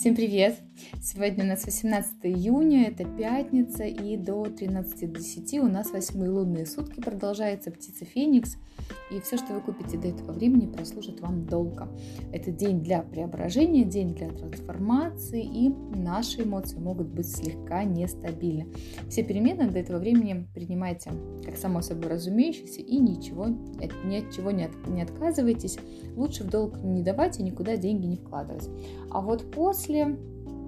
Всем привет! Сегодня у нас 18 июня, это пятница, и до 13:10 у нас 8-е лунные сутки продолжается птица Феникс, и все, что вы купите до этого времени, прослужит вам долго. Это день для преображения, день для трансформации, и наши эмоции могут быть слегка нестабильны. Все перемены до этого времени принимайте как само собой разумеющиеся, и ни от чего не отказывайтесь. Лучше в долг не давать и никуда деньги не вкладывать. А вот после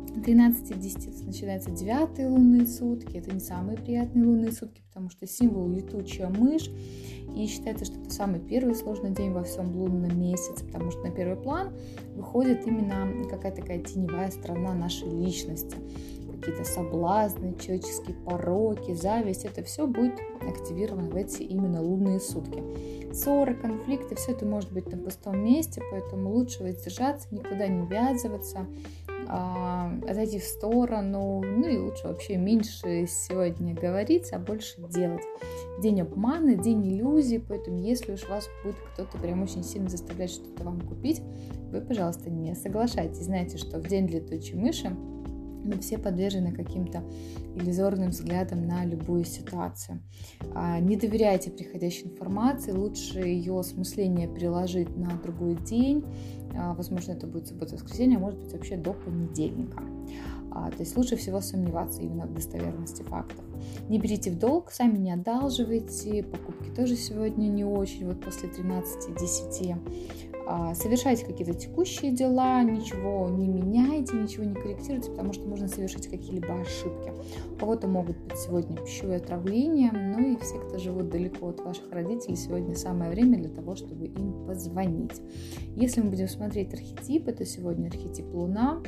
13:10 начинаются 9-е лунные сутки. Это не самые приятные лунные сутки, потому что символ летучая мышь. И считается, что это самый первый сложный день во всем лунном месяце, потому что на первый план выходит именно какая-то такая теневая сторона нашей личности. Какие-то соблазны, человеческие пороки, зависть. Это все будет активировано в эти именно лунные сутки. Ссоры, конфликты, все это может быть на пустом месте, поэтому лучше воздержаться, никуда не ввязываться, отойти в сторону, и лучше вообще меньше сегодня говорить, а больше делать. День обмана, день иллюзий, поэтому если уж вас будет кто-то прям очень сильно заставлять что-то вам купить, вы, пожалуйста, не соглашайтесь. Знаете, что в день летучей мыши мы все подвержены каким-то иллюзорным взглядам на любую ситуацию. Не доверяйте приходящей информации, лучше ее осмысление переложить на другой день. Возможно, это будет суббота-воскресенье, а может быть вообще до понедельника. То есть лучше всего сомневаться именно в достоверности фактов. Не берите в долг, сами не одалживайте, покупки тоже сегодня не очень, вот после 13:10. Совершайте какие-то текущие дела, ничего не меняйте, ничего не корректируйте, потому что можно совершить какие-либо ошибки. У кого-то могут быть сегодня пищевые отравления, и все, кто живут далеко от ваших родителей, сегодня самое время для того, чтобы им позвонить. Если мы будем смотреть архетипы, то сегодня архетип Луна.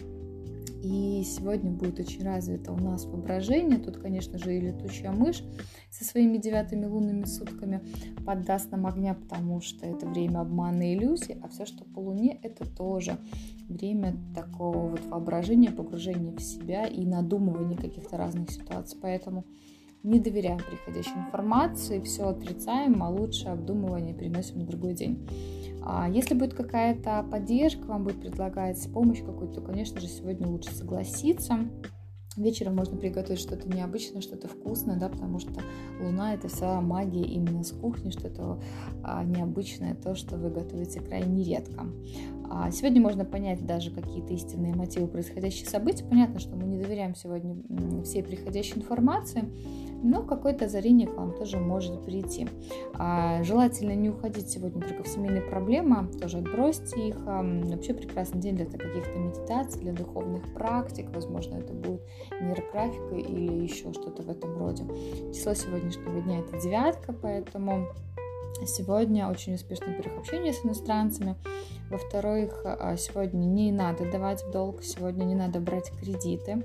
И сегодня будет очень развито у нас воображение. Тут, конечно же, и летучая мышь со своими 9-ми лунными сутками поддаст нам огня, потому что это время обмана и иллюзий, а все, что по Луне, это тоже время такого вот воображения, погружения в себя и надумывания каких-то разных ситуаций. Поэтому не доверяем приходящей информации, все отрицаем, а лучше обдумывание переносим на другой день. Если будет какая-то поддержка, вам будет предлагать помощь какую-то, то, конечно же, сегодня лучше согласиться. Вечером можно приготовить что-то необычное, что-то вкусное, потому что Луна — это вся магия именно с кухни, что-то необычное, то, что вы готовите крайне редко. Сегодня можно понять даже какие-то истинные мотивы происходящих событий. Понятно, что мы не доверяем сегодня всей приходящей информации, но какое-то озарение к вам тоже может прийти. Желательно не уходить сегодня только в семейные проблемы, тоже отбросьте их. Вообще прекрасный день для каких-то медитаций, для духовных практик. Возможно, это будет нейрографика или еще что-то в этом роде. Число сегодняшнего дня — это 9, поэтому сегодня очень успешный, во-первых, общение с иностранцами. Во-вторых, сегодня не надо давать в долг, сегодня не надо брать кредиты.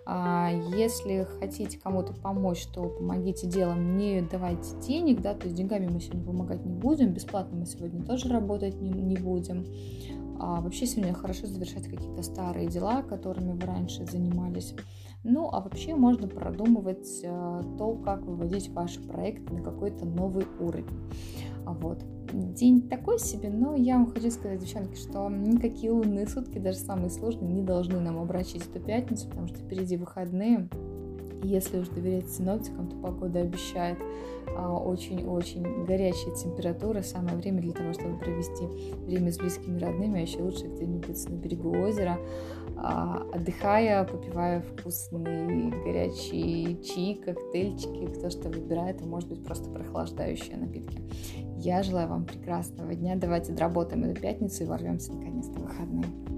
Если хотите кому-то помочь, то помогите делом, не давайте денег, то есть деньгами мы сегодня помогать не будем, бесплатно мы сегодня тоже работать не будем. Вообще сегодня хорошо завершать какие-то старые дела, которыми вы раньше занимались. А вообще можно продумывать то, как выводить ваши проекты на какой-то новый уровень. День такой себе, но я вам хочу сказать, девчонки, что никакие лунные сутки, даже самые сложные, не должны нам обращать эту пятницу, потому что впереди выходные. И если уж доверять синоптикам, то погода обещает очень-очень горячие температуры. Самое время для того, чтобы провести время с близкими и родными, а еще лучше где-нибудь на берегу озера, отдыхая, попивая вкусные горячие чаи, коктейльчики, кто что выбирает, и может быть просто прохлаждающие напитки. Я желаю вам прекрасного дня. Давайте доработаем эту пятницу и ворвемся наконец-то в выходные.